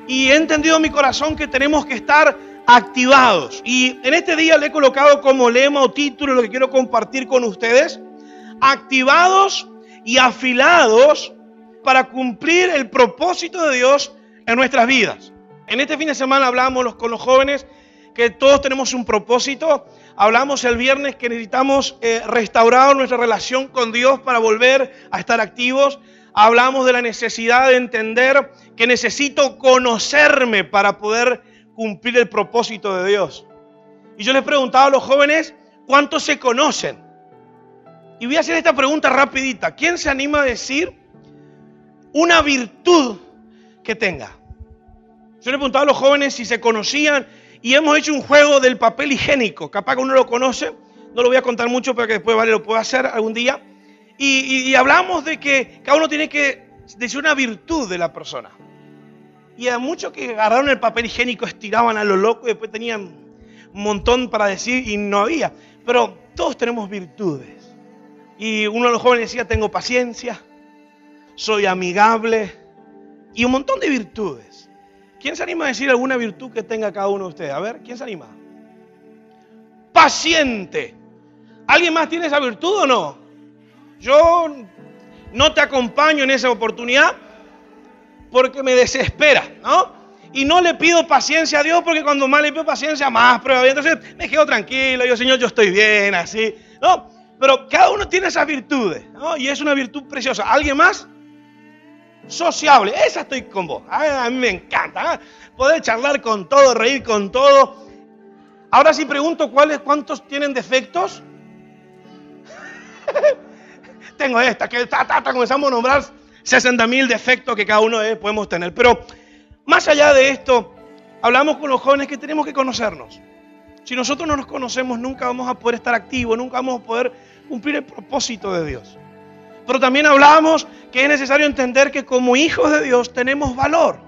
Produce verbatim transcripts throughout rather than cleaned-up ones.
y he entendido en mi corazón que tenemos que estar activados. Y en este día le he colocado como lema o título lo que quiero compartir con ustedes: activados y afilados para cumplir el propósito de Dios en nuestras vidas. En este fin de semana hablamos con los jóvenes que todos tenemos un propósito. Hablamos el viernes que necesitamos eh, restaurar nuestra relación con Dios para volver a estar activos. Hablamos de la necesidad de entender que necesito conocerme para poder cumplir el propósito de Dios. Y yo les preguntaba a los jóvenes, ¿cuántos se conocen? Y voy a hacer esta pregunta rapidita. ¿Quién se anima a decir una virtud que tenga? Yo le preguntaba a los jóvenes si se conocían y hemos hecho un juego del papel higiénico. Capaz que uno lo conoce, no lo voy a contar mucho para que después Vale lo pueda hacer algún día. Y, y, y hablamos de que cada uno tiene que decir una virtud de la persona. Y a muchos que agarraron el papel higiénico estiraban a lo loco y después tenían un montón para decir y no había. Pero todos tenemos virtudes. Y uno de los jóvenes decía, tengo paciencia, soy amigable y un montón de virtudes. ¿Quién se anima a decir alguna virtud que tenga cada uno de ustedes? A ver, ¿quién se anima? Paciente. ¿Alguien más tiene esa virtud o no? Yo no te acompaño en esa oportunidad porque me desespera, ¿no? Y no le pido paciencia a Dios porque cuando más le pido paciencia, más prueba. Entonces me quedo tranquilo, yo, Señor, yo estoy bien, así, ¿no? Pero cada uno tiene esas virtudes, ¿no? Y es una virtud preciosa. ¿Alguien más? Sociable. Esa estoy con vos. A mí me encanta, ¿eh? Poder charlar con todo, reír con todo. Ahora sí pregunto, ¿cuáles, ¿cuántos tienen defectos? Tengo esta, que ta, ta, ta, comenzamos a nombrar sesenta mil defectos que cada uno de podemos tener. Pero más allá de esto, hablamos con los jóvenes que tenemos que conocernos. Si nosotros no nos conocemos, nunca vamos a poder estar activos, nunca vamos a poder cumplir el propósito de Dios. Pero también hablamos que es necesario entender que como hijos de Dios tenemos valor.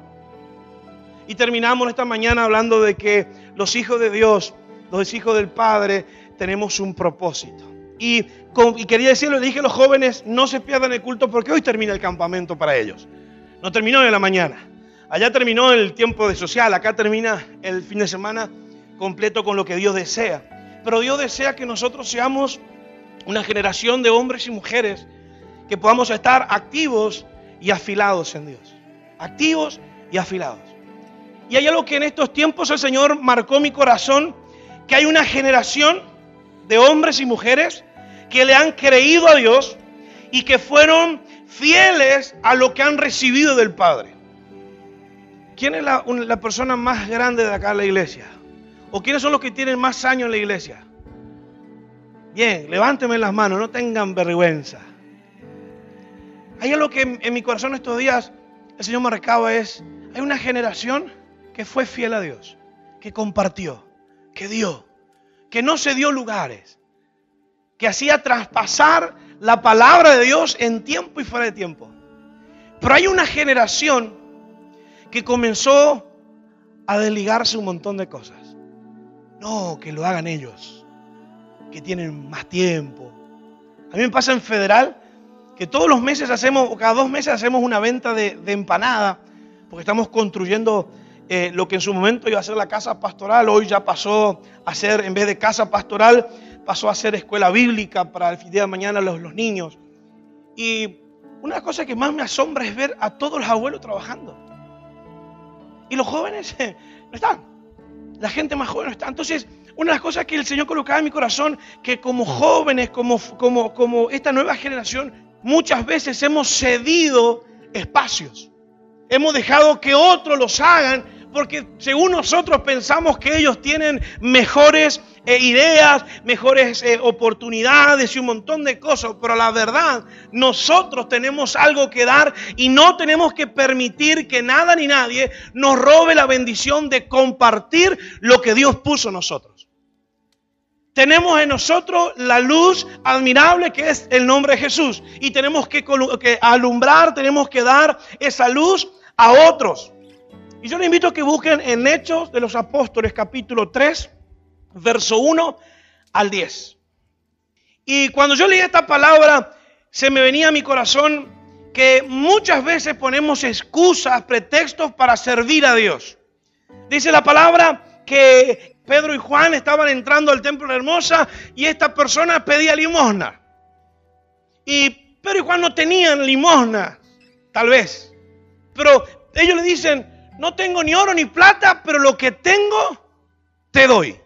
Y terminamos esta mañana hablando de que los hijos de Dios, los hijos del Padre, tenemos un propósito. Y, con, y quería decirlo, le dije a los jóvenes, no se pierdan el culto porque hoy termina el campamento para ellos. No terminó en la mañana. Allá terminó el tiempo de social, acá termina el fin de semana completo con lo que Dios desea. Pero Dios desea que nosotros seamos una generación de hombres y mujeres que podamos estar activos y afilados en Dios. Activos y afilados. Y hay algo que en estos tiempos el Señor marcó mi corazón, que hay una generación de hombres y mujeres que le han creído a Dios y que fueron fieles a lo que han recibido del Padre. ¿Quién es la, la persona más grande de acá en la iglesia? ¿O quiénes son los que tienen más años en la iglesia? Bien, levánteme las manos, no tengan vergüenza. Hay algo que en, en mi corazón estos días el Señor marcaba es, hay una generación que fue fiel a Dios, que compartió, que dio, que no se dio lugares, que hacía traspasar la palabra de Dios en tiempo y fuera de tiempo. Pero hay una generación que comenzó a desligarse un montón de cosas. No, que lo hagan ellos, que tienen más tiempo. A mí me pasa en Federal que todos los meses hacemos, o cada dos meses hacemos una venta de, de empanada, porque estamos construyendo eh, lo que en su momento iba a ser la casa pastoral, hoy ya pasó a ser, en vez de casa pastoral, pasó a ser escuela bíblica para el día de mañana los, los niños. Y una cosa que más me asombra es ver a todos los abuelos trabajando. Y los jóvenes eh, no están. La gente más joven no está. Entonces, una de las cosas que el Señor colocaba en mi corazón, que como jóvenes, como, como, como esta nueva generación, muchas veces hemos cedido espacios. Hemos dejado que otros los hagan porque según nosotros pensamos que ellos tienen mejores eh, ideas, mejores eh, oportunidades y un montón de cosas. Pero la verdad, nosotros tenemos algo que dar y no tenemos que permitir que nada ni nadie nos robe la bendición de compartir lo que Dios puso en nosotros. Tenemos en nosotros la luz admirable que es el nombre de Jesús. Y tenemos que, que alumbrar, tenemos que dar esa luz a otros. Y yo les invito a que busquen en Hechos de los Apóstoles capítulo tres, verso uno al diez. Y cuando yo leí esta palabra, se me venía a mi corazón que muchas veces ponemos excusas, pretextos para servir a Dios. Dice la palabra que Pedro y Juan estaban entrando al templo de Hermosa y esta persona pedía limosna. Y Pedro y Juan no tenían limosna, tal vez. Pero ellos le dicen, no tengo ni oro ni plata, pero lo que tengo, te doy.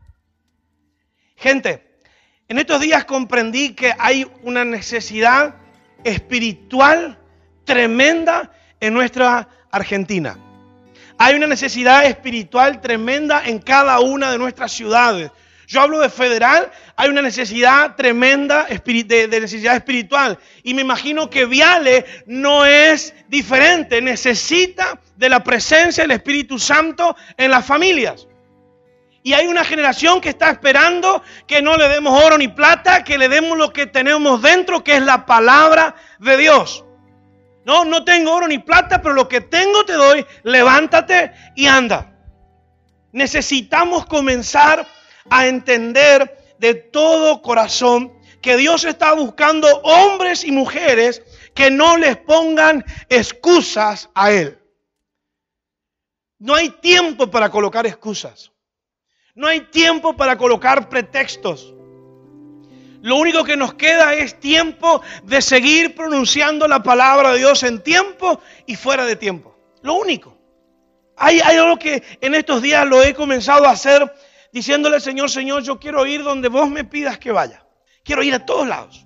Gente, en estos días comprendí que hay una necesidad espiritual tremenda en nuestra Argentina. Hay una necesidad espiritual tremenda en cada una de nuestras ciudades. Yo hablo de federal, hay una necesidad tremenda de, de necesidad espiritual. Y me imagino que Viale no es diferente. Necesita de la presencia del Espíritu Santo en las familias. Y hay una generación que está esperando que no le demos oro ni plata, que le demos lo que tenemos dentro, que es la palabra de Dios. No, no tengo oro ni plata, pero lo que tengo te doy, levántate y anda. Necesitamos comenzar a entender de todo corazón que Dios está buscando hombres y mujeres que no les pongan excusas a Él. No hay tiempo para colocar excusas. No hay tiempo para colocar pretextos. Lo único que nos queda es tiempo de seguir pronunciando la palabra de Dios en tiempo y fuera de tiempo. Lo único. Hay, hay algo que en estos días lo he comenzado a hacer diciéndole al Señor, Señor, yo quiero ir donde vos me pidas que vaya. Quiero ir a todos lados.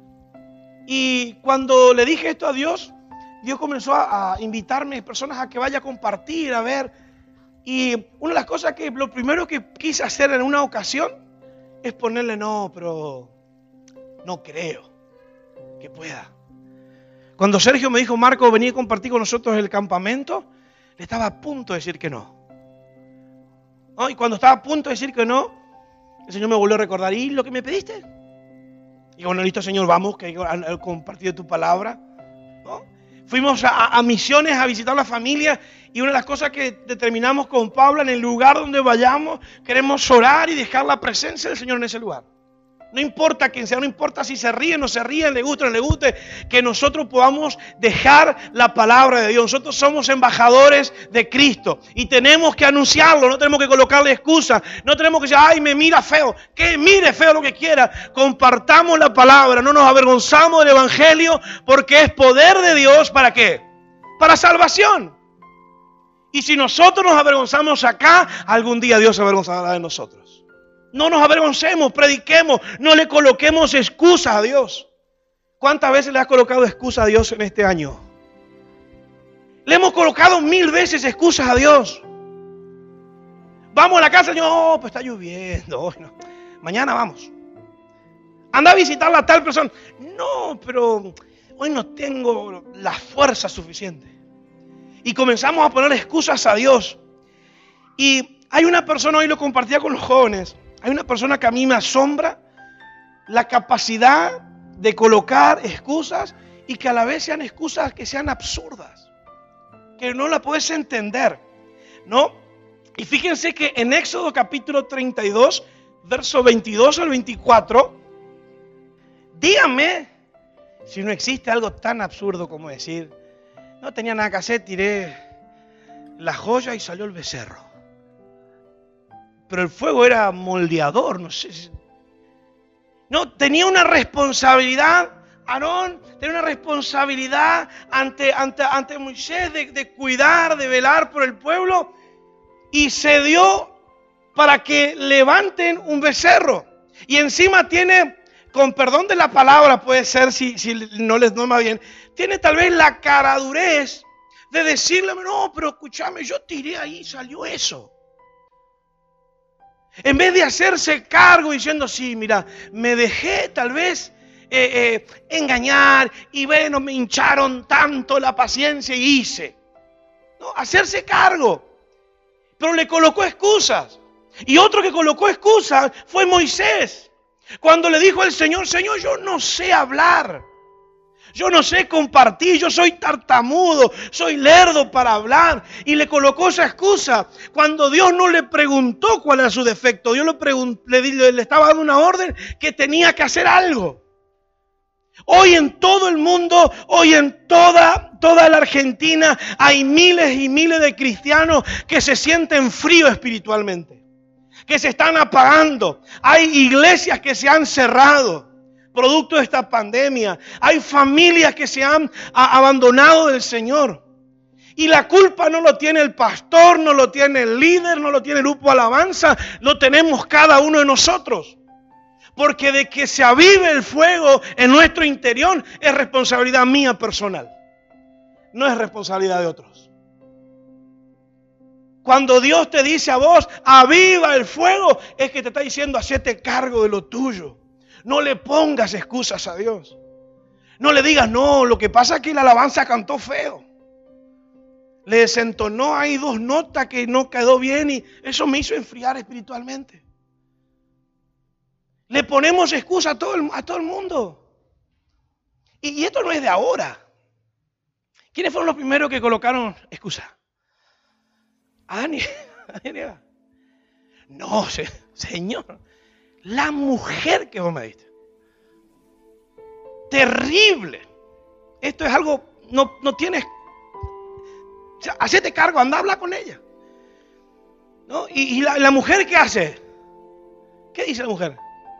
Y cuando le dije esto a Dios, Dios comenzó a, a invitarme a personas a que vaya a compartir, a ver. Y una de las cosas que lo primero que quise hacer en una ocasión es ponerle, no, pero no creo que pueda. Cuando Sergio me dijo, Marco, vení a compartir con nosotros el campamento, le estaba a punto de decir que no. ¿No? Y cuando estaba a punto de decir que no, el Señor me volvió a recordar, ¿y lo que me pediste? Y bueno, listo, Señor, vamos, que hay que compartir tu palabra. ¿No? Fuimos a, a misiones a visitar la familia y una de las cosas que determinamos con Paula, en el lugar donde vayamos, queremos orar y dejar la presencia del Señor en ese lugar. No importa quién sea, no importa si se ríen o no se ríen, le guste o no le guste, que nosotros podamos dejar la palabra de Dios. Nosotros somos embajadores de Cristo y tenemos que anunciarlo, no tenemos que colocarle excusas, no tenemos que decir, ay, me mira feo, que mire feo lo que quiera. Compartamos la palabra, no nos avergonzamos del Evangelio porque es poder de Dios, ¿para qué? Para salvación. Y si nosotros nos avergonzamos acá, algún día Dios se avergonzará de nosotros. No nos avergoncemos, prediquemos, no le coloquemos excusas a Dios. ¿Cuántas veces le has colocado excusas a Dios en este año? Le hemos colocado mil veces excusas a Dios. Vamos a la casa, Señor, oh, pues está lloviendo. Hoy no. Mañana vamos. Anda a visitar a tal persona. No, pero hoy no tengo la fuerza suficiente. Y comenzamos a poner excusas a Dios. Y hay una persona, hoy lo compartía con los jóvenes, hay una persona que a mí me asombra la capacidad de colocar excusas y que a la vez sean excusas que sean absurdas, que no la puedes entender, ¿no? Y fíjense que en Éxodo capítulo treinta y dos, verso veintidós al veinticuatro, díganme si no existe algo tan absurdo como decir, no tenía nada que hacer, tiré la joya y salió el becerro. Pero el fuego era moldeador, no sé. No, tenía una responsabilidad, Aarón, tenía una responsabilidad ante, ante, ante Moisés de, de cuidar, de velar por el pueblo. Y se dio para que levanten un becerro. Y encima tiene, con perdón de la palabra, puede ser si, si no les norma bien, tiene tal vez la caradurez de decirle, no, pero escúchame, yo tiré ahí y salió eso. En vez de hacerse cargo diciendo, sí, mira, me dejé tal vez eh, eh, engañar y bueno, me hincharon tanto la paciencia y hice. No, hacerse cargo. Pero le colocó excusas. Y otro que colocó excusas fue Moisés. Cuando le dijo al Señor, Señor, yo no sé hablar. Yo no sé compartir, yo soy tartamudo, soy lerdo para hablar. Y le colocó esa excusa. Cuando Dios no le preguntó cuál era su defecto, Dios le, preguntó, le, le estaba dando una orden que tenía que hacer algo. Hoy en todo el mundo, hoy en toda, toda la Argentina, hay miles y miles de cristianos que se sienten fríos espiritualmente, que se están apagando. Hay iglesias que se han cerrado producto de esta pandemia. Hay familias que se han a, abandonado del Señor. Y la culpa no lo tiene el pastor, no lo tiene el líder, no lo tiene el grupo alabanza, lo tenemos cada uno de nosotros. Porque de que se avive el fuego en nuestro interior es responsabilidad mía personal. No es responsabilidad de otros. Cuando Dios te dice a vos, aviva el fuego, es que te está diciendo, hacete cargo de lo tuyo. No le pongas excusas a Dios. No le digas, no, lo que pasa es que la alabanza cantó feo. Le desentonó ahí dos notas que no quedó bien y eso me hizo enfriar espiritualmente. Le ponemos excusa a todo el, a todo el mundo. Y, y esto no es de ahora. ¿Quiénes fueron los primeros que colocaron excusa? Adán y Eva. No, se, Señor. La mujer que vos me diste. Terrible. Esto es algo, no, no tienes. O sea, hacete cargo, anda a hablar con ella. ¿No? Y, y la, la mujer, ¿qué hace? ¿Qué dice la mujer?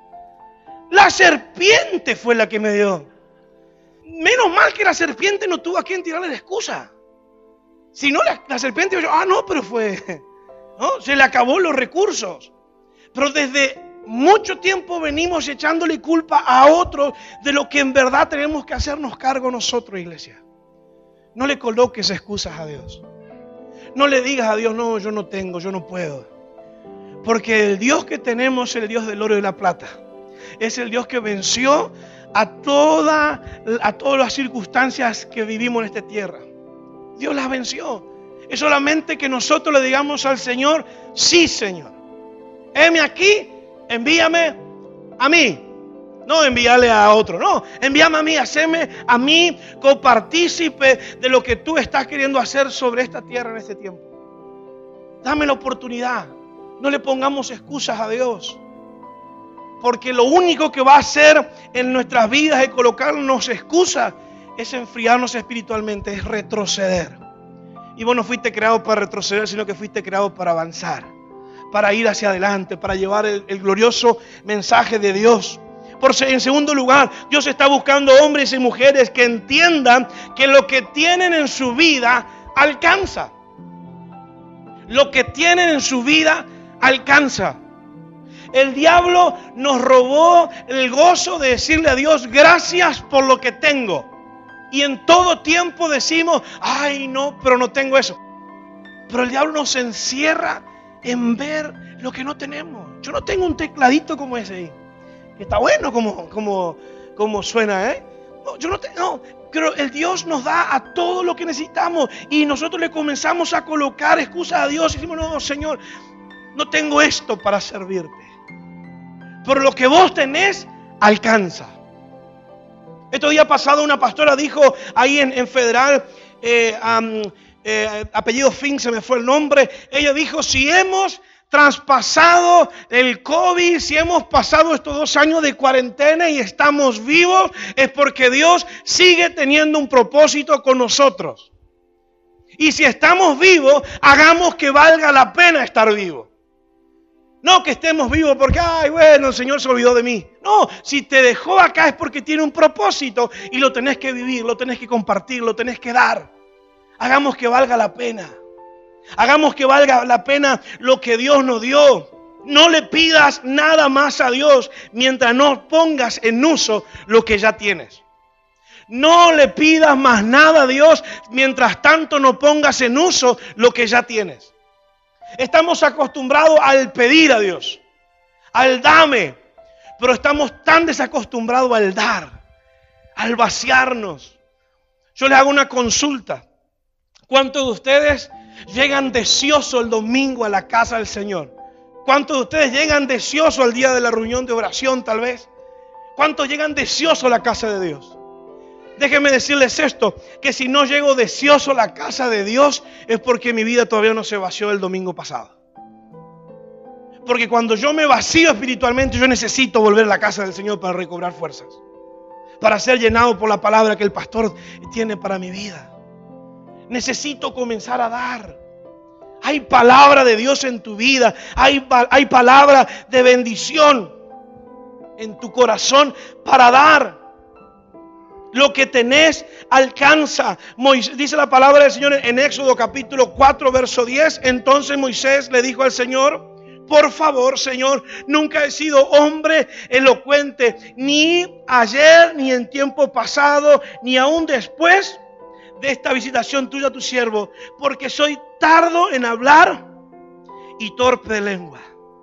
La serpiente fue la que me dio. Menos mal que la serpiente no tuvo a quien tirarle la excusa. Si no, la, la serpiente, yo, ah, no, pero fue, ¿no? Se le acabó los recursos. Pero desde mucho tiempo venimos echándole culpa a otros de lo que en verdad tenemos que hacernos cargo nosotros, iglesia. No le coloques excusas a Dios. No le digas a Dios, no, yo no tengo, yo no puedo. Porque el Dios que tenemos es el Dios del oro y la plata. Es el Dios que venció a, toda, a todas las circunstancias que vivimos en esta tierra. Dios las venció. Es solamente que nosotros le digamos al Señor, sí, Señor. Heme aquí, envíame a mí. No envíale a otro, no. Envíame a mí, haceme a mí copartícipe de lo que tú estás queriendo hacer sobre esta tierra en este tiempo. Dame la oportunidad. No le pongamos excusas a Dios. Porque lo único que va a hacer en nuestras vidas es colocarnos excusas, es enfriarnos espiritualmente, es retroceder. Y vos no fuiste creado para retroceder, sino que fuiste creado para avanzar, para ir hacia adelante, para llevar el, el glorioso mensaje de Dios. Por, en segundo lugar, Dios está buscando hombres y mujeres que entiendan que lo que tienen en su vida alcanza. Lo que tienen en su vida alcanza. El diablo nos robó el gozo de decirle a Dios, gracias por lo que tengo. Y en todo tiempo decimos, ay no, pero no tengo eso. Pero el diablo nos encierra en ver lo que no tenemos. Yo no tengo un tecladito como ese ahí. Está bueno como, como, como suena, ¿eh? No, yo no tengo, no, pero el Dios nos da a todo lo que necesitamos. Y nosotros le comenzamos a colocar excusas a Dios. Y decimos, no, Señor, no tengo esto para servirte. Pero lo que vos tenés, alcanza. Estos días pasado una pastora dijo ahí en, en Federal, eh, um, eh, apellido Fink, se me fue el nombre. Ella dijo, si hemos traspasado el COVID, si hemos pasado estos dos años de cuarentena y estamos vivos, es porque Dios sigue teniendo un propósito con nosotros. Y si estamos vivos, hagamos que valga la pena estar vivos. No que estemos vivos porque, ay, bueno, el Señor se olvidó de mí. No, si te dejó acá es porque tiene un propósito y lo tenés que vivir, lo tenés que compartir, lo tenés que dar. Hagamos que valga la pena. Hagamos que valga la pena lo que Dios nos dio. No le pidas nada más a Dios mientras no pongas en uso lo que ya tienes. No le pidas más nada a Dios mientras tanto no pongas en uso lo que ya tienes. Estamos acostumbrados al pedir a Dios, al dame, pero estamos tan desacostumbrados al dar, al vaciarnos. Yo les hago una consulta. ¿Cuántos de ustedes llegan deseosos el domingo a la casa del Señor? ¿Cuántos de ustedes llegan deseosos al día de la reunión de oración tal vez? ¿Cuántos llegan deseosos a la casa de Dios? Déjenme decirles esto, que si no llego deseoso a la casa de Dios es porque mi vida todavía no se vació el domingo pasado. Porque cuando yo me vacío espiritualmente, yo necesito volver a la casa del Señor para recobrar fuerzas. para ser llenado por la palabra que el pastor tiene para mi vida. Necesito comenzar a dar. Hay palabra de Dios en tu vida. Hay, hay palabra de bendición en tu corazón para dar. Lo que tenés alcanza. Moisés, dice la palabra del Señor en Éxodo capítulo cuatro verso diez. Entonces Moisés le dijo al Señor: por favor, Señor, nunca he sido hombre elocuente, ni ayer, ni en tiempo pasado, ni aún después de esta visitación tuya a tu siervo, porque soy tardo en hablar y torpe de lengua.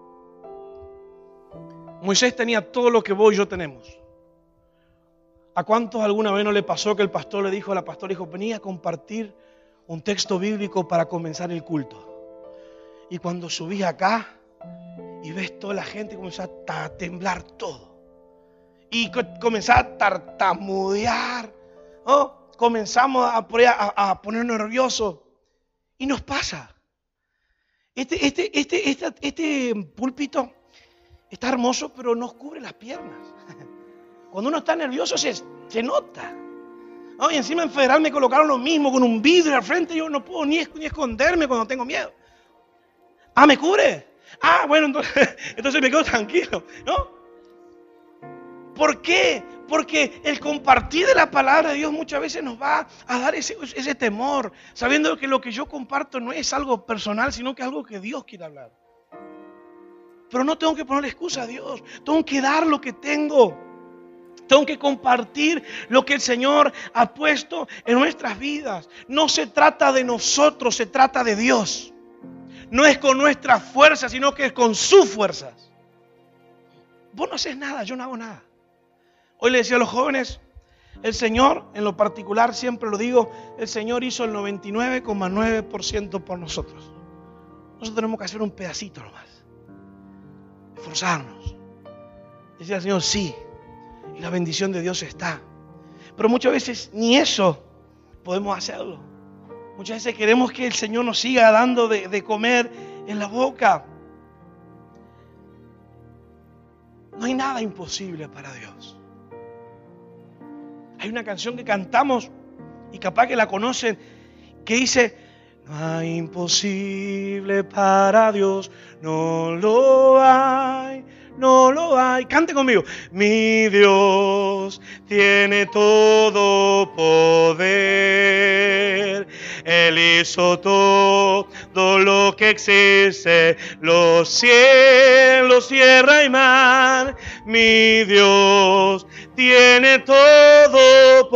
Moisés tenía todo lo que vos y yo tenemos. ¿A cuántos alguna vez no le pasó que el pastor le dijo a la pastora, dijo, venía a compartir un texto bíblico para comenzar el culto? Y cuando subís acá y ves toda la gente, comenzó a temblar todo. Y comenzó a tartamudear, ¿no? Comenzamos a, a, a poner nerviosos. Y nos pasa. Este, este, este, este, este púlpito está hermoso, pero nos cubre las piernas. Cuando uno está nervioso se, se nota. ¿No? Y encima en Federal me colocaron lo mismo, con un vidrio al frente. Yo no puedo ni, ni esconderme cuando tengo miedo. Ah, ¿me cubre? Ah, bueno, entonces, entonces me quedo tranquilo, ¿no? ¿Por qué? Porque el compartir de la palabra de Dios muchas veces nos va a dar ese, ese temor, sabiendo que lo que yo comparto no es algo personal, sino que es algo que Dios quiere hablar. Pero no tengo que poner excusa a Dios, tengo que dar lo que tengo. Tengo que compartir lo que el Señor ha puesto en nuestras vidas. No se trata de nosotros, se trata de Dios. No es con nuestras fuerzas, sino que es con sus fuerzas. Vos no haces nada, yo no hago nada. Hoy le decía a los jóvenes, el Señor, en lo particular, siempre lo digo, el Señor hizo el noventa y nueve coma nueve por ciento por nosotros. Nosotros tenemos que hacer un pedacito nomás. Esforzarnos. Decía el Señor, sí. Y la bendición de Dios está. Pero muchas veces ni eso podemos hacerlo. Muchas veces queremos que el Señor nos siga dando de, de comer en la boca. No hay nada imposible para Dios. Hay una canción que cantamos y capaz que la conocen, que dice: no hay imposible para Dios, no lo hay. No lo hay. Cante conmigo. Mi Dios tiene todo poder. Él hizo todo lo que existe, los cielos, tierra y mar. Mi Dios tiene todo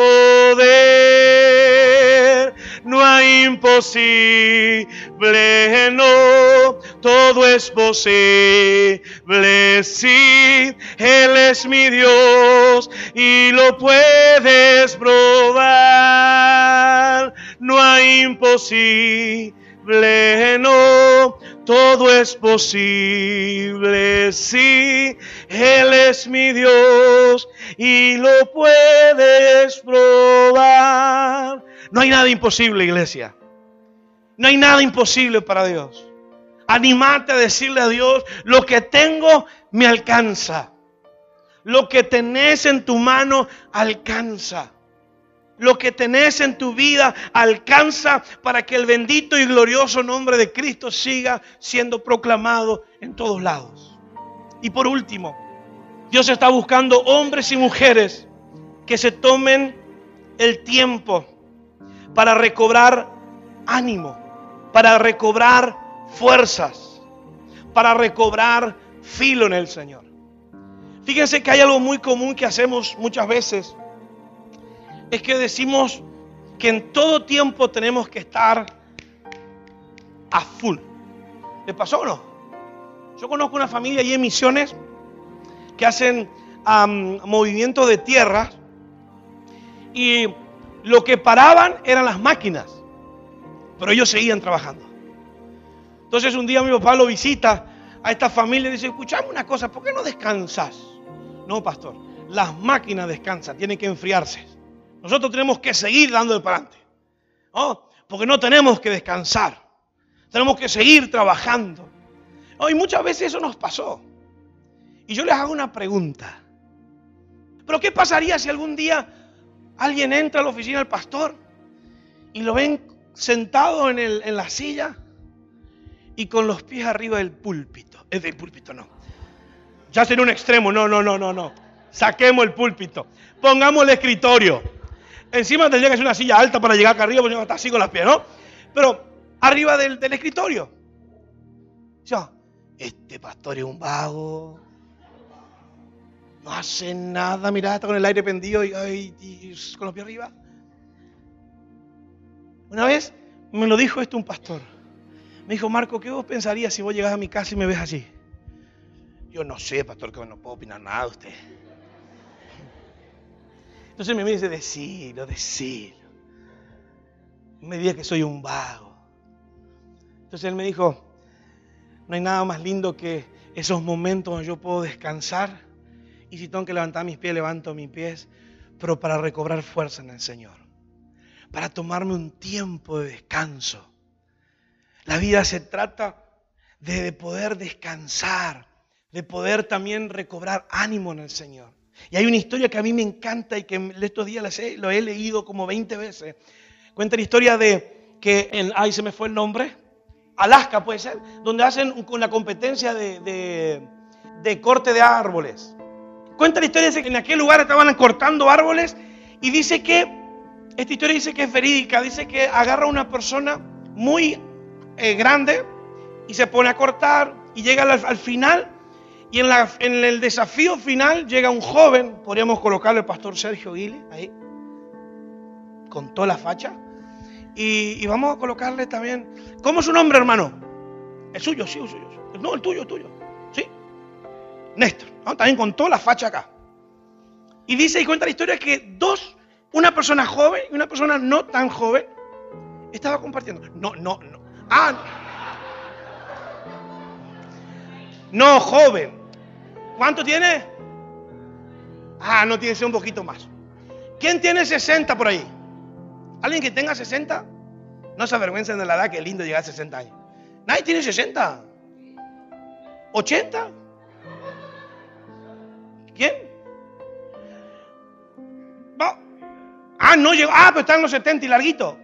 poder. No hay imposible, no, todo es posible. Sí, Él es mi Dios y lo puedes probar. No hay imposible, no, todo es posible. Sí, Él es mi Dios y lo puedes probar. No hay nada imposible, iglesia. No hay nada imposible para Dios. Animate a decirle a Dios, lo que tengo me alcanza. Lo que tenés en tu mano alcanza. Lo que tenés en tu vida alcanza para que el bendito y glorioso nombre de Cristo siga siendo proclamado en todos lados. Y por último, Dios está buscando hombres y mujeres que se tomen el tiempo para recobrar ánimo, para recobrar fuerzas, para recobrar filo en el Señor. Fíjense que hay algo muy común que hacemos muchas veces, es que decimos que en todo tiempo tenemos que estar a full. ¿Le pasó o no? Yo conozco una familia allí en Misiones que hacen um, movimientos de tierra y lo que paraban eran las máquinas, pero ellos seguían trabajando. Entonces un día mi papá lo visita a esta familia y dice, escuchame una cosa, ¿por qué no descansas? No, pastor, las máquinas descansan, tienen que enfriarse. Nosotros tenemos que seguir dando para adelante, ¿no? Porque no tenemos que descansar, tenemos que seguir trabajando. ¿No? Y muchas veces eso nos pasó. Y yo les hago una pregunta. Pero ¿qué pasaría si algún día alguien entra a la oficina del pastor y lo ven sentado en, el, en la silla y con los pies arriba del púlpito? Es del púlpito, no. Ya sería un extremo, no, no, no, no, no. Saquemos el púlpito, pongamos el escritorio. Encima tendría que ser una silla alta para llegar acá arriba, porque está así con las pies, ¿no? Pero arriba del, del escritorio. Ya, este pastor es un vago. No hace nada, mirá, está con el aire pendido y, ay, y con los pies arriba. Una vez me lo dijo esto un pastor. Me dijo, Marco, ¿qué vos pensarías si vos llegás a mi casa y me ves así? Yo no sé, pastor, que no puedo opinar nada de usted. Entonces me dice, decilo, decilo. Me diga que soy un vago. Entonces él me dijo, no hay nada más lindo que esos momentos donde yo puedo descansar y si tengo que levantar mis pies, levanto mis pies, pero para recobrar fuerza en el Señor, para tomarme un tiempo de descanso. La vida se trata de poder descansar, de poder también recobrar ánimo en el Señor. Y hay una historia que a mí me encanta y que estos días lo he leído como veinte veces. Cuenta la historia de que en, ay, se me fue el nombre, Alaska puede ser, donde hacen una competencia de, de, de corte de árboles. Cuenta la historia de que en aquel lugar estaban cortando árboles y dice que, esta historia dice que es verídica, dice que agarra una persona muy eh, grande y se pone a cortar y llega al, al final y en, la, en el desafío final llega un joven, podríamos colocarle el pastor Sergio Guile, ahí, con toda la facha, y, y vamos a colocarle también, ¿cómo es su nombre, hermano? El suyo, sí, el suyo, no, el tuyo, el tuyo, sí, Néstor, ¿no? También con toda la facha acá. Y dice y cuenta la historia que dos, una persona joven y una persona no tan joven, estaba compartiendo. No, no, no. Ah, no, joven. ¿Cuánto tiene? Ah, no, tiene que ser un poquito más. ¿Quién tiene sesenta por ahí? ¿Alguien que tenga sesenta? No se avergüencen de la edad, que es lindo llegar a sesenta años. ¿Nadie tiene sesenta? ¿ochenta? ¿Quién? No. Ah, no llegó. Ah, pero está en los setenta y larguito.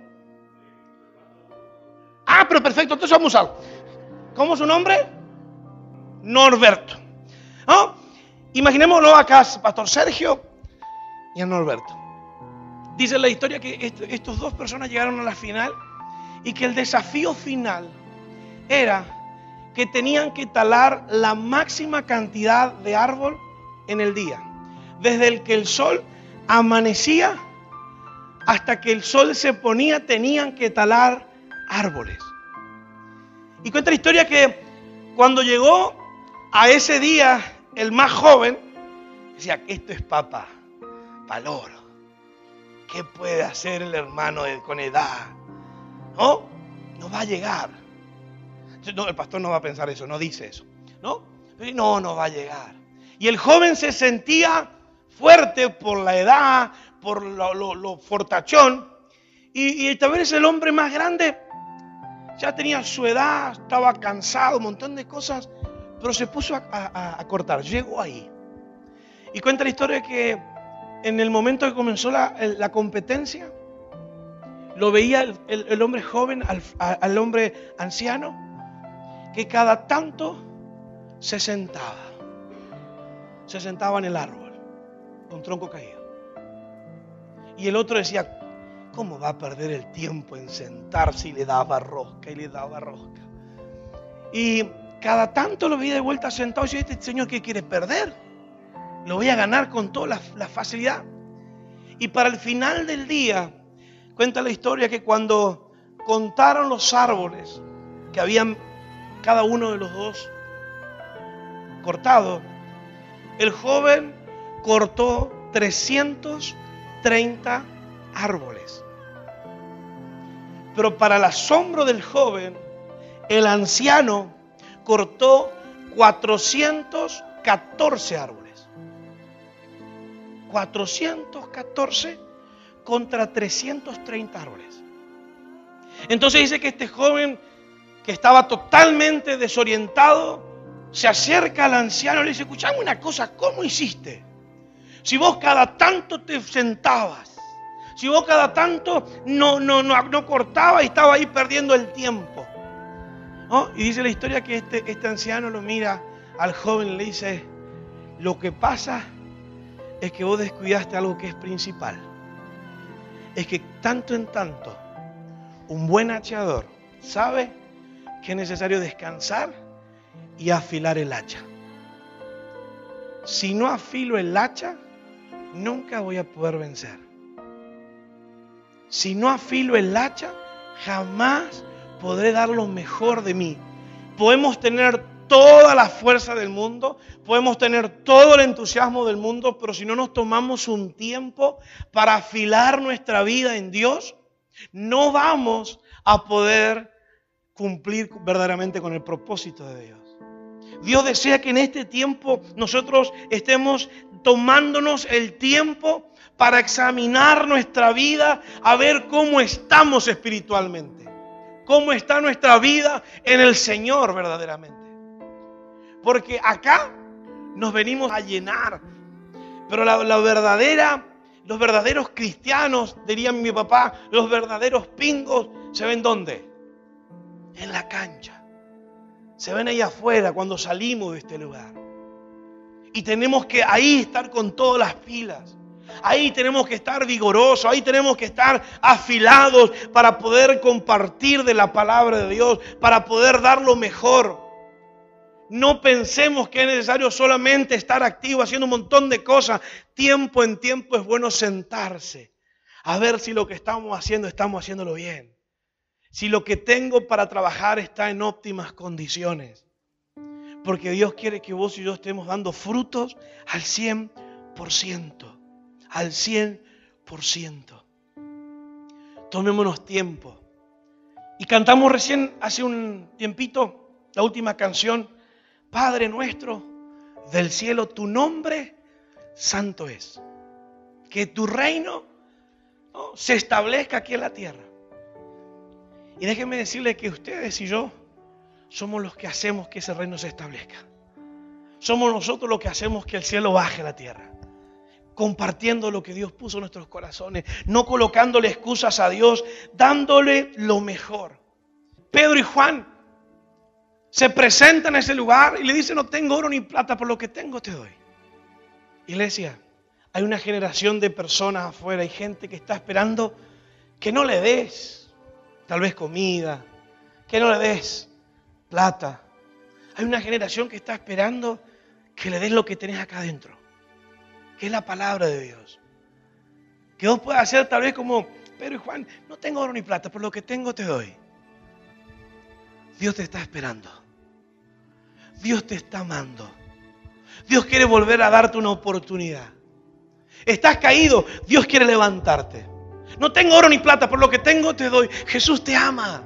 Ah, pero perfecto, entonces vamos a... ¿Cómo es su nombre? Norberto. ¿No? Imaginémoslo acá, pastor Sergio y a Norberto. Dice la historia que est estos dos personas llegaron a la final y que el desafío final era que tenían que talar la máxima cantidad de árbol en el día. Desde el que el sol amanecía hasta que el sol se ponía, tenían que talar árboles. Y cuenta la historia que cuando llegó a ese día el más joven, decía, esto es papa, valor. ¿Qué puede hacer el hermano de, con edad? ¿No? No va a llegar. No, el pastor no va a pensar eso, no dice eso. ¿No? No, no va a llegar. Y el joven se sentía fuerte por la edad, por lo, lo, lo fortachón. Y, y tal vez el hombre más grande ya tenía su edad, estaba cansado, un montón de cosas, pero se puso a, a, a cortar, llegó ahí. Y cuenta la historia que en el momento que comenzó la, la competencia, lo veía el, el, el hombre joven al, al hombre anciano, que cada tanto se sentaba, se sentaba en el árbol, con tronco caído. Y el otro decía, ¿cómo va a perder el tiempo en sentarse? Y le daba rosca y le daba rosca. Y cada tanto lo veía de vuelta sentado y decía, este señor, ¿qué quiere perder? Lo voy a ganar con toda la, la facilidad. Y para el final del día, cuenta la historia que cuando contaron los árboles que habían cada uno de los dos cortado, el joven cortó trescientos treinta árboles. Pero para el asombro del joven, el anciano cortó cuatrocientos catorce árboles. cuatrocientos catorce contra trescientos treinta árboles. Entonces dice que este joven, que estaba totalmente desorientado, se acerca al anciano y le dice, escuchame una cosa, ¿cómo hiciste? si vos cada tanto te sentabas, si vos cada tanto no, no, no, no cortabas y estabas ahí perdiendo el tiempo, ¿no? Y dice la historia que este, este anciano lo mira al joven y le dice, lo que pasa es que vos descuidaste algo que es principal. Es que tanto en tanto, un buen hacheador sabe que es necesario descansar y afilar el hacha. Si no afilo el hacha, nunca voy a poder vencer. Si no afilo el hacha, jamás podré dar lo mejor de mí. Podemos tener toda la fuerza del mundo, podemos tener todo el entusiasmo del mundo, pero si no nos tomamos un tiempo para afilar nuestra vida en Dios, no vamos a poder cumplir verdaderamente con el propósito de Dios. Dios desea que en este tiempo nosotros estemos tomándonos el tiempo para examinar nuestra vida, a ver cómo estamos espiritualmente, cómo está nuestra vida en el Señor verdaderamente. Porque acá nos venimos a llenar, pero la, la verdadera, los verdaderos cristianos, diría mi papá, los verdaderos pingos, ¿se ven dónde? En la cancha. Se ven ahí afuera cuando salimos de este lugar. Y tenemos que ahí estar con todas las pilas. Ahí tenemos que estar vigorosos, ahí tenemos que estar afilados para poder compartir de la palabra de Dios, para poder dar lo mejor. No pensemos que es necesario solamente estar activo haciendo un montón de cosas. Tiempo en tiempo es bueno sentarse a ver si lo que estamos haciendo estamos haciéndolo bien. Si lo que tengo para trabajar está en óptimas condiciones. Porque Dios quiere que vos y yo estemos dando frutos al cien por ciento. Al cien por ciento. Tomémonos tiempo. Y cantamos recién, hace un tiempito, la última canción. Padre nuestro del cielo, tu nombre santo es. Que tu reino, ¿no?, se establezca aquí en la tierra. Y déjenme decirles que ustedes y yo somos los que hacemos que ese reino se establezca. Somos nosotros los que hacemos que el cielo baje a la tierra. Compartiendo lo que Dios puso en nuestros corazones. No colocándole excusas a Dios, dándole lo mejor. Pedro y Juan se presentan en ese lugar y le dicen, no tengo oro ni plata, por lo que tengo te doy. Iglesia, hay una generación de personas afuera, hay gente que está esperando que no le des tal vez comida, que no le des plata. Hay una generación que está esperando que le des lo que tenés acá adentro, que es la palabra de Dios. Que vos puedas hacer tal vez como Pedro y Juan, no tengo oro ni plata, por lo que tengo te doy. Dios te está esperando. Dios te está amando. Dios quiere volver a darte una oportunidad. Estás caído, Dios quiere levantarte. No tengo oro ni plata, por lo que tengo te doy. Jesús te ama.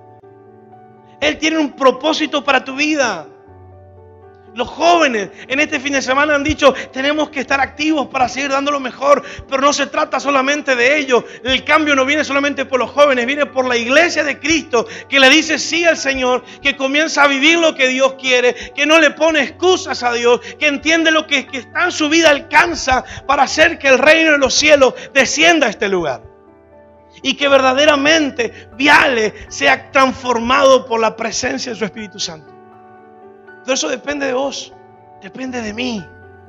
Él tiene un propósito para tu vida. Los jóvenes en este fin de semana han dicho, tenemos que estar activos para seguir dando lo mejor, pero no se trata solamente de ello. El cambio no viene solamente por los jóvenes, viene por la iglesia de Cristo, que le dice sí al Señor, que comienza a vivir lo que Dios quiere, que no le pone excusas a Dios, que entiende lo que, que está en su vida alcanza para hacer que el reino de los cielos descienda a este lugar. Y que verdaderamente Viale sea transformado por la presencia de su Espíritu Santo. Todo eso depende de vos, depende de mí.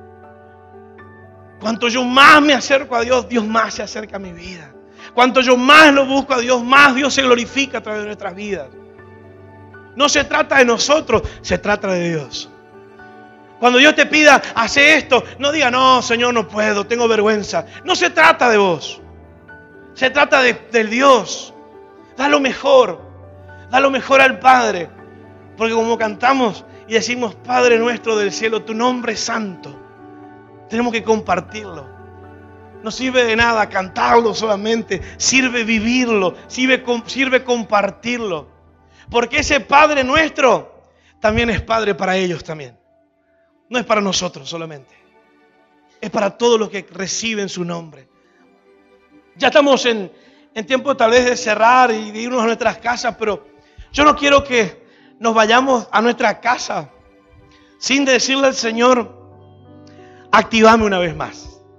Cuanto yo más me acerco a Dios, Dios más se acerca a mi vida. Cuanto yo más lo busco a Dios, más Dios se glorifica a través de nuestras vidas. No se trata de nosotros, se trata de Dios. Cuando Dios te pida, hace esto, no diga, no, Señor, no puedo, tengo vergüenza. No se trata de vos, se trata de, de Dios. Da lo mejor, da lo mejor al Padre. Porque como cantamos y decimos, Padre nuestro del cielo, tu nombre es santo. Tenemos que compartirlo. No sirve de nada cantarlo solamente, sirve vivirlo, sirve, sirve compartirlo. Porque ese Padre nuestro también es Padre para ellos también. No es para nosotros solamente. Es para todos los que reciben su nombre. Ya estamos en, en tiempo tal vez de cerrar y de irnos a nuestras casas, pero yo no quiero que nos vayamos a nuestra casa sin decirle al Señor, activame una vez más.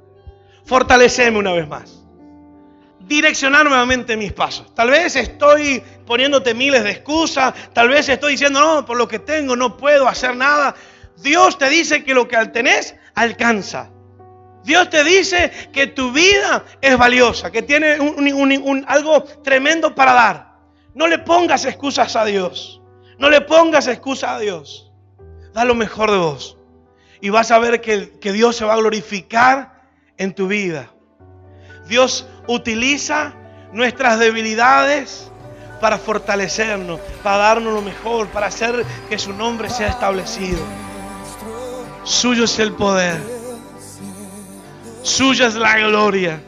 fortaleceme una vez más. Direccionar nuevamente mis pasos. Tal vez estoy poniéndote miles de excusas. Tal vez estoy diciendo, no, por lo que tengo no puedo hacer nada. Dios te dice que lo que tenés alcanza. Dios te dice que tu vida es valiosa, que tiene un, un, un, algo tremendo para dar. No le pongas excusas a Dios. No le pongas excusas a Dios. Da lo mejor de vos. Y vas a ver que, que Dios se va a glorificar en tu vida. Dios utiliza nuestras debilidades para fortalecernos, para darnos lo mejor, para hacer que su nombre sea establecido. Suyo es el poder. Suya es la gloria.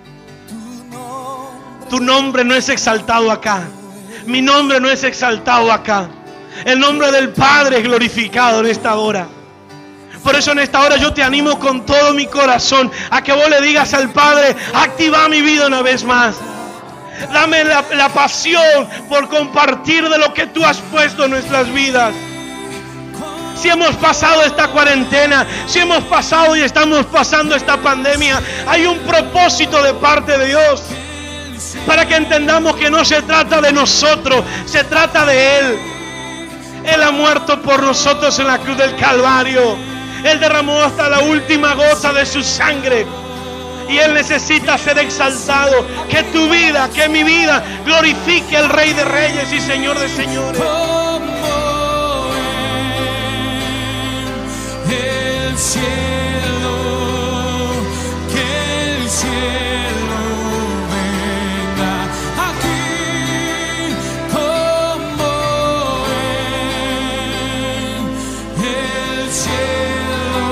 Tu nombre no es exaltado acá. Mi nombre no es exaltado acá. El nombre del Padre es glorificado en esta hora. Por eso en esta hora yo te animo con todo mi corazón a que vos le digas al Padre: activa mi vida una vez más. Dame la, la pasión por compartir de lo que tú has puesto en nuestras vidas. Si hemos pasado esta cuarentena, si hemos pasado y estamos pasando esta pandemia, hay un propósito de parte de Dios. Para que entendamos que no se trata de nosotros, se trata de Él. Él ha muerto por nosotros en la cruz del Calvario. Él derramó hasta la última gota de su sangre. Y Él necesita ser exaltado. Que tu vida, que mi vida glorifique al Rey de Reyes y Señor de Señores. El cielo, que el cielo venga aquí como en el cielo,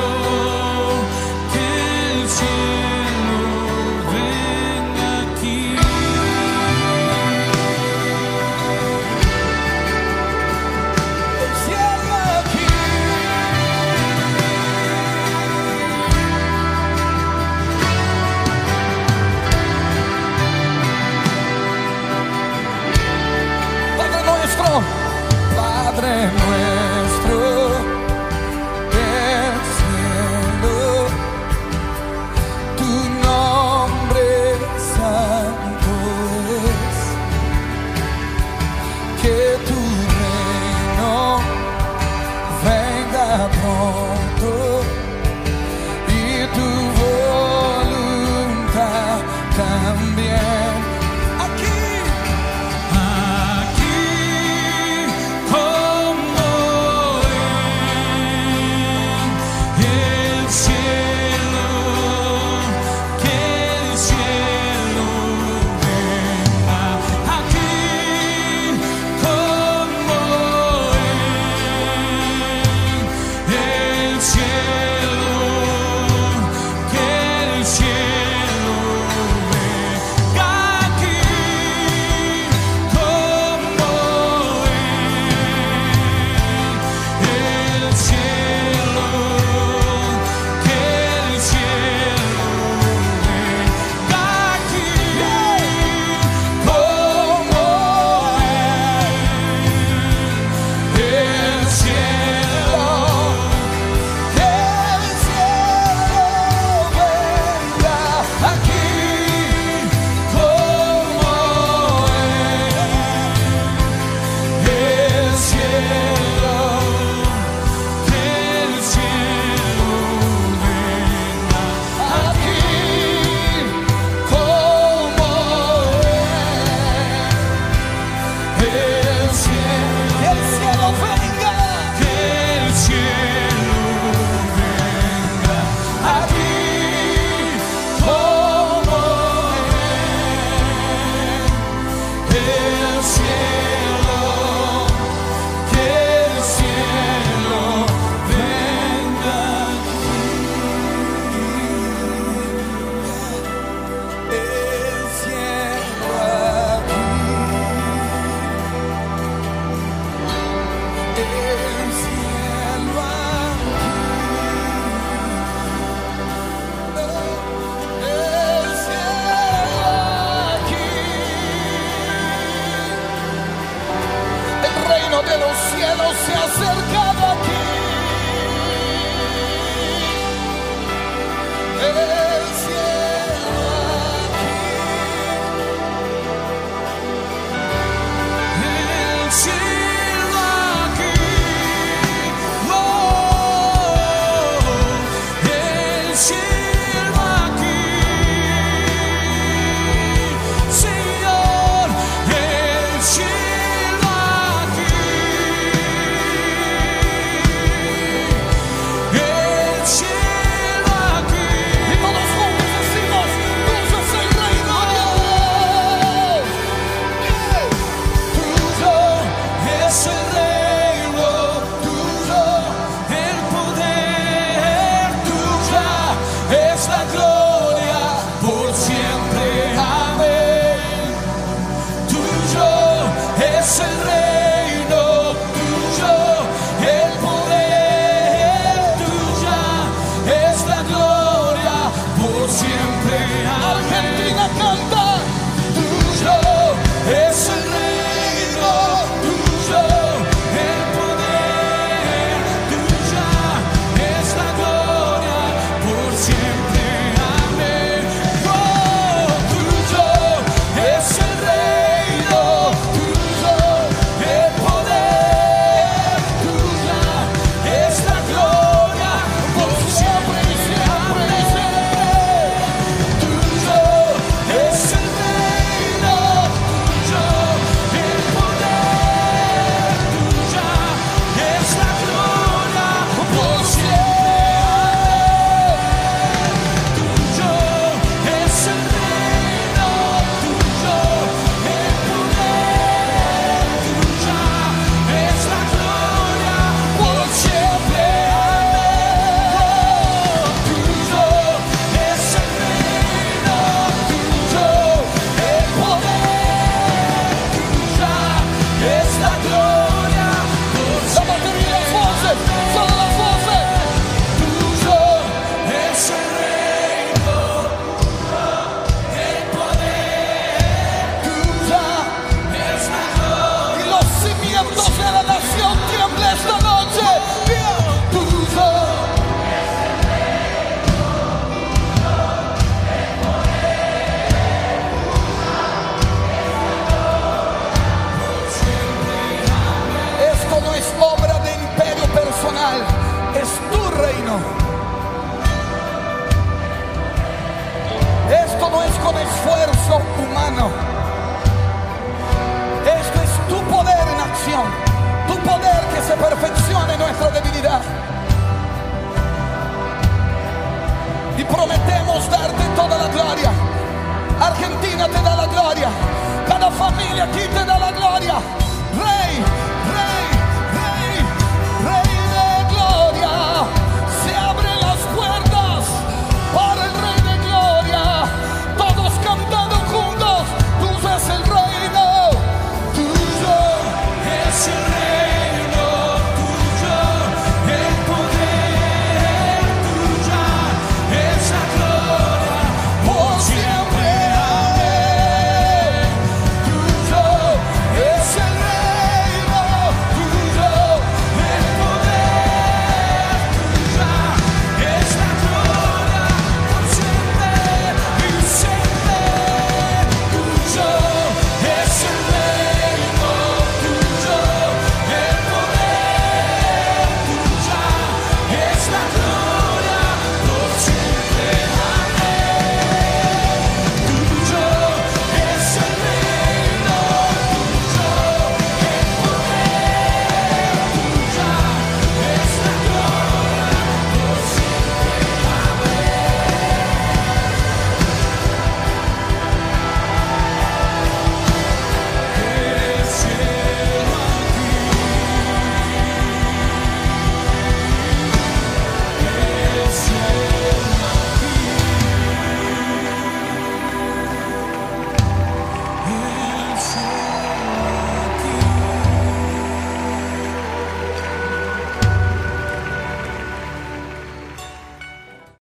que el cielo venga aquí. El cielo aquí. Padre nuestro del cielo, tu nombre santo es, que tu reino venga pronto y tu voluntad también. De los cielos se ha acercado aquí. El cielo familia, aquí te